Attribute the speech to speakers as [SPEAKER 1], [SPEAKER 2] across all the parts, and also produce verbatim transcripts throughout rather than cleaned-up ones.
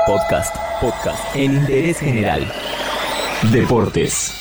[SPEAKER 1] Podcast, podcast en interés general. Deportes.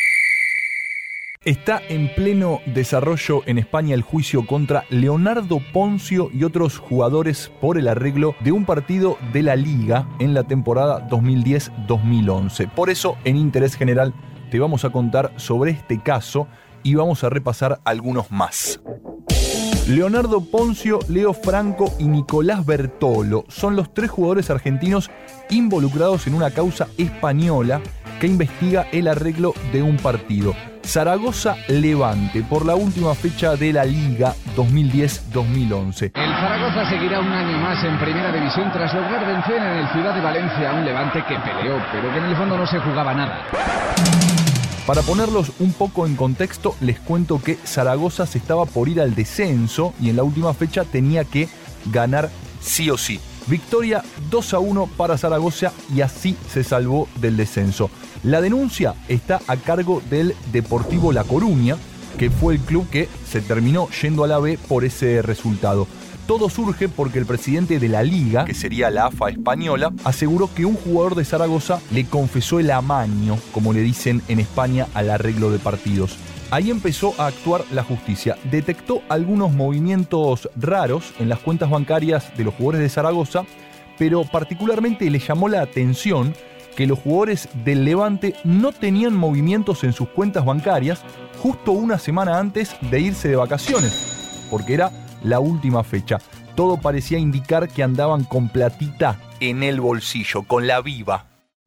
[SPEAKER 2] Está en pleno desarrollo en España el juicio contra Leonardo Ponzio y otros jugadores por el arreglo de un partido de la Liga en la temporada dos mil diez dos mil once. Por eso, en Interés General, te vamos a contar sobre este caso y vamos a repasar algunos más. Leonardo Ponzio, Leo Franco y Nicolás Bertolo son los tres jugadores argentinos involucrados en una causa española que investiga el arreglo de un partido. Zaragoza-Levante, por la última fecha de la Liga dos mil diez dos mil once.
[SPEAKER 3] El Zaragoza seguirá un año más en Primera División tras lograr vencer en el Ciudad de Valencia a un Levante que peleó, pero que en el fondo no se jugaba nada.
[SPEAKER 2] Para ponerlos un poco en contexto, les cuento que Zaragoza se estaba por ir al descenso y en la última fecha tenía que ganar sí o sí. Victoria dos a uno para Zaragoza y así se salvó del descenso. La denuncia está a cargo del Deportivo La Coruña, que fue el club que se terminó yendo a la B por ese resultado. Todo surge porque el presidente de la Liga, que sería la A F A española, aseguró que un jugador de Zaragoza le confesó el amaño, como le dicen en España, al arreglo de partidos. Ahí empezó a actuar la justicia. Detectó algunos movimientos raros en las cuentas bancarias de los jugadores de Zaragoza, pero particularmente le llamó la atención que los jugadores del Levante no tenían movimientos en sus cuentas bancarias justo una semana antes de irse de vacaciones, porque era la última fecha. Todo parecía indicar que andaban con platita en el bolsillo, con la viva.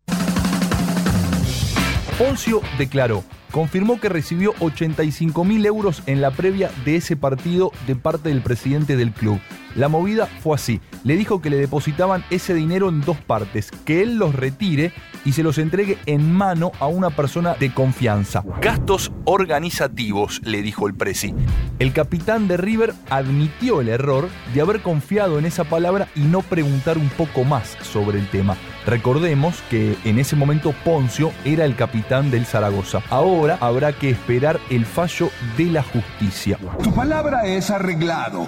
[SPEAKER 2] Ponzio declaró, confirmó que recibió ochenta y cinco mil euros en la previa de ese partido de parte del presidente del club. La movida fue así, le dijo que le depositaban ese dinero en dos partes, que él los retire y se los entregue en mano a una persona de confianza. Gastos organizativos, le dijo el presi. El capitán de River admitió el error de haber confiado en esa palabra y no preguntar un poco más sobre el tema. Recordemos que en ese momento Ponzio era el capitán del Zaragoza. Ahora habrá que esperar el fallo de la justicia.
[SPEAKER 4] Tu palabra es arreglado.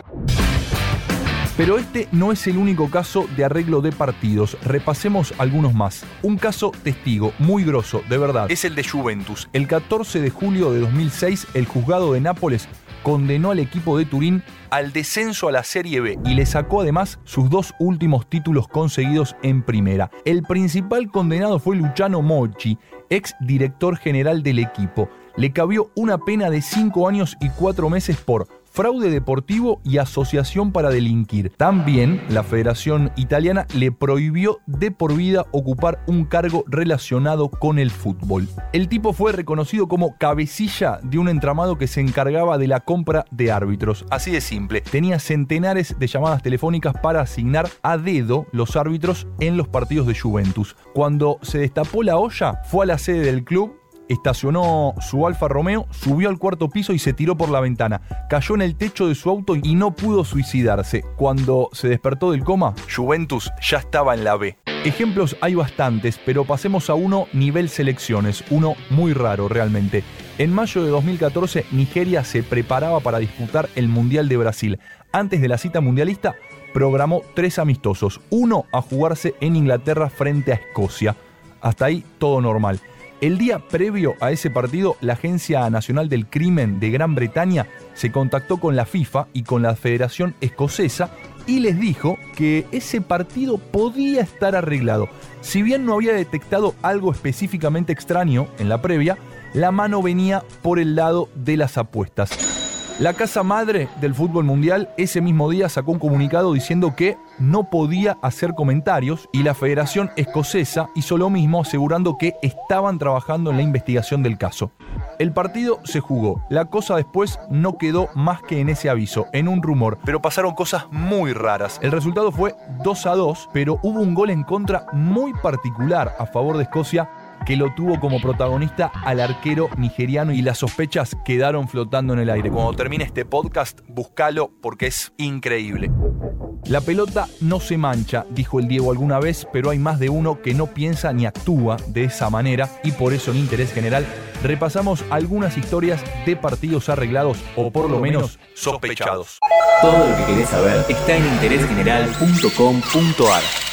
[SPEAKER 2] Pero este no es el único caso de arreglo de partidos. Repasemos algunos más. Un caso testigo muy grosso, de verdad, es el de Juventus. El catorce de julio de dos mil seis, el juzgado de Nápoles condenó al equipo de Turín al descenso a la Serie B y le sacó además sus dos últimos títulos conseguidos en primera. El principal condenado fue Luciano Mochi, ex director general del equipo. Le cabió una pena de cinco años y cuatro meses por fraude deportivo y asociación para delinquir. También la Federación Italiana le prohibió de por vida ocupar un cargo relacionado con el fútbol. El tipo fue reconocido como cabecilla de un entramado que se encargaba de la compra de árbitros. Así de simple. Tenía centenares de llamadas telefónicas para asignar a dedo los árbitros en los partidos de Juventus. Cuando se destapó la olla, fue a la sede del club, estacionó su Alfa Romeo, subió al cuarto piso y se tiró por la ventana. Cayó en el techo de su auto y no pudo suicidarse. Cuando se despertó del coma, Juventus ya estaba en la B. Ejemplos hay bastantes, pero pasemos a uno nivel selecciones, uno muy raro realmente. En mayo de dos mil catorce, Nigeria se preparaba para disputar el Mundial de Brasil. Antes de la cita mundialista, programó tres amistosos, uno a jugarse en Inglaterra frente a Escocia. Hasta ahí todo normal. El día previo a ese partido, la Agencia Nacional del Crimen de Gran Bretaña se contactó con la FIFA y con la Federación Escocesa y les dijo que ese partido podía estar arreglado. Si bien no había detectado algo específicamente extraño en la previa, la mano venía por el lado de las apuestas. La casa madre del fútbol mundial ese mismo día sacó un comunicado diciendo que no podía hacer comentarios y la Federación Escocesa hizo lo mismo asegurando que estaban trabajando en la investigación del caso. El partido se jugó. La cosa después no quedó más que en ese aviso, en un rumor, pero pasaron cosas muy raras. El resultado fue dos a dos, pero hubo un gol en contra muy particular a favor de Escocia que lo tuvo como protagonista al arquero nigeriano y las sospechas quedaron flotando en el aire. Cuando termine este podcast, búscalo porque es increíble. La pelota no se mancha, dijo el Diego alguna vez, pero hay más de uno que no piensa ni actúa de esa manera y por eso en Interés General repasamos algunas historias de partidos arreglados o por lo menos sospechados.
[SPEAKER 1] Todo lo que querés saber está en interés general punto com punto a r.